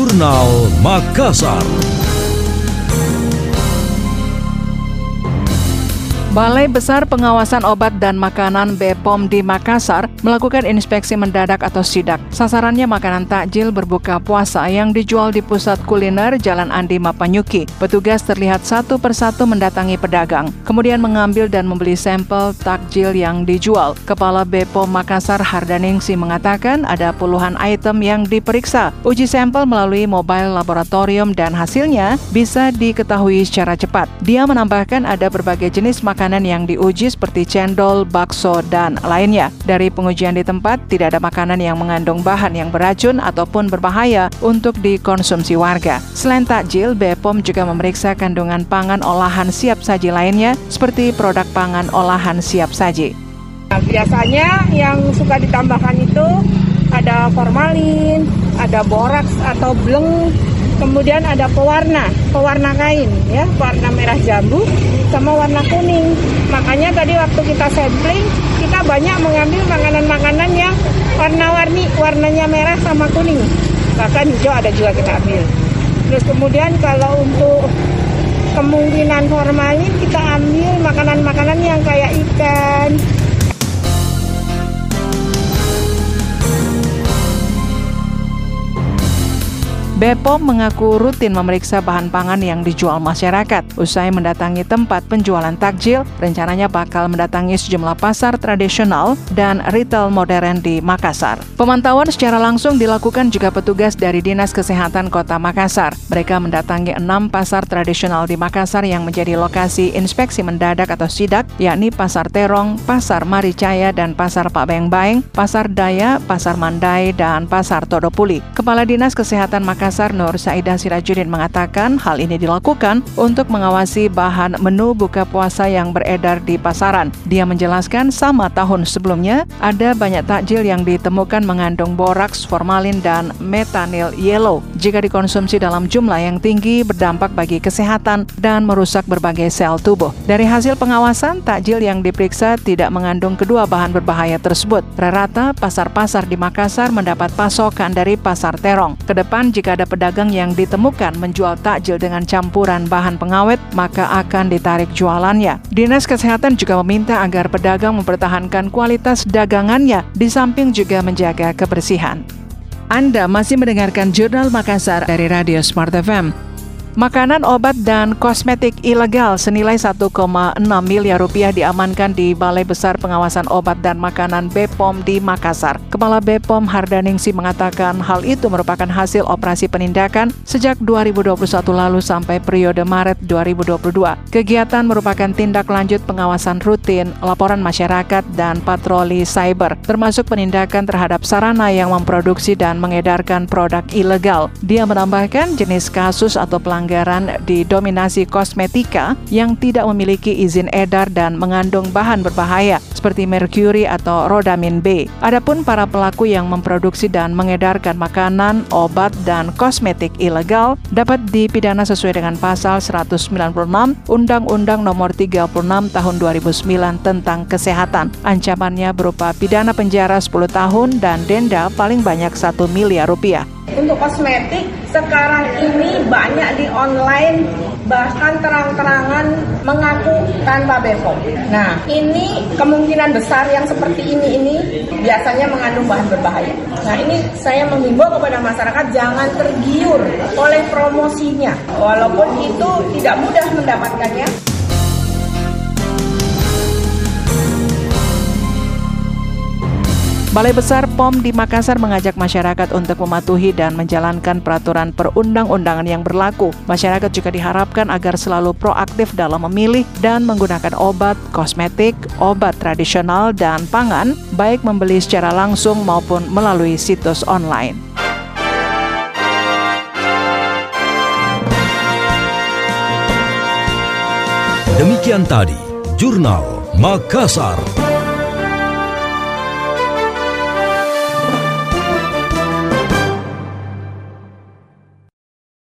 Jurnal Makassar. Balai Besar Pengawasan Obat dan Makanan BPOM di Makassar melakukan inspeksi mendadak atau sidak. Sasarannya makanan takjil berbuka puasa yang dijual di pusat kuliner Jalan Andi Mapanyuki. Petugas terlihat satu persatu mendatangi pedagang, kemudian mengambil dan membeli sampel takjil yang dijual. Kepala BPOM Makassar Hardaningsi mengatakan ada puluhan item yang diperiksa. Uji sampel melalui mobile laboratorium dan hasilnya bisa diketahui secara cepat. Dia menambahkan ada berbagai jenis makanan yang diuji seperti cendol, bakso, dan lainnya. Dari pengujian di tempat, tidak ada makanan yang mengandung bahan yang beracun ataupun berbahaya untuk dikonsumsi warga. Selain takjil, BPOM juga memeriksa kandungan pangan olahan siap saji lainnya seperti produk pangan olahan siap saji. Nah, biasanya yang suka ditambahkan itu ada formalin, ada boraks atau bleng, kemudian ada pewarna kain, ya, warna merah jambu sama warna kuning. Makanya tadi waktu kita sampling, kita banyak mengambil makanan-makanan yang warna-warni, warnanya merah sama kuning. Bahkan hijau ada juga kita ambil. Terus kemudian kalau untuk kemungkinan formalin, kita ambil makanan-makanan yang kayak ikan. BPOM mengaku rutin memeriksa bahan pangan yang dijual masyarakat. Usai mendatangi tempat penjualan takjil, rencananya bakal mendatangi sejumlah pasar tradisional dan retail modern di Makassar. Pemantauan secara langsung dilakukan juga petugas dari Dinas Kesehatan Kota Makassar. Mereka mendatangi 6 pasar tradisional di Makassar yang menjadi lokasi inspeksi mendadak atau sidak, yakni Pasar Terong, Pasar Maricaya, dan Pasar Pak Baeng-Baeng, Pasar Daya, Pasar Mandai, dan Pasar Todopuli. Kepala Dinas Kesehatan Makassar Nur Saidah Sirajuddin mengatakan hal ini dilakukan untuk mengawasi bahan menu buka puasa yang beredar di pasaran. Dia menjelaskan sama tahun sebelumnya ada banyak takjil yang ditemukan mengandung boraks, formalin, dan metanil yellow. Jika dikonsumsi dalam jumlah yang tinggi berdampak bagi kesehatan dan merusak berbagai sel tubuh. Dari hasil pengawasan, takjil yang diperiksa tidak mengandung kedua bahan berbahaya tersebut. Rata-rata pasar-pasar di Makassar mendapat pasokan dari Pasar Terong. Kedepan jika ada pedagang yang ditemukan menjual takjil dengan campuran bahan pengawet, maka akan ditarik jualannya. Dinas Kesehatan juga meminta agar pedagang mempertahankan kualitas dagangannya, di samping juga menjaga kebersihan. Anda masih mendengarkan Jurnal Makassar dari Radio Smart FM. Makanan, obat, dan kosmetik ilegal senilai 1,6 miliar rupiah diamankan di Balai Besar Pengawasan Obat dan Makanan BPOM di Makassar. Kepala BPOM Hardaningsi mengatakan hal itu merupakan hasil operasi penindakan sejak 2021 lalu sampai periode Maret 2022. Kegiatan merupakan tindak lanjut pengawasan rutin, laporan masyarakat, dan patroli cyber, termasuk penindakan terhadap sarana yang memproduksi dan mengedarkan produk ilegal. Dia menambahkan jenis kasus atau pelanggaran didominasi kosmetika yang tidak memiliki izin edar dan mengandung bahan berbahaya seperti merkuri atau rodamin B. Adapun para pelaku yang memproduksi dan mengedarkan makanan, obat, dan kosmetik ilegal dapat dipidana sesuai dengan pasal 196 Undang-Undang Nomor 36 Tahun 2009 tentang Kesehatan. Ancamannya berupa pidana penjara 10 tahun dan denda paling banyak 1 miliar rupiah. Untuk kosmetik, sekarang ini banyak di online, bahkan terang-terangan mengaku tanpa BPOM. Nah, ini kemungkinan besar yang seperti ini biasanya mengandung bahan berbahaya. Nah, ini saya menghimbau kepada masyarakat jangan tergiur oleh promosinya, walaupun itu tidak mudah mendapatkannya. Balai Besar POM di Makassar mengajak masyarakat untuk mematuhi dan menjalankan peraturan perundang-undangan yang berlaku. Masyarakat juga diharapkan agar selalu proaktif dalam memilih dan menggunakan obat, kosmetik, obat tradisional, dan pangan, baik membeli secara langsung maupun melalui situs online. Demikian tadi Jurnal Makassar.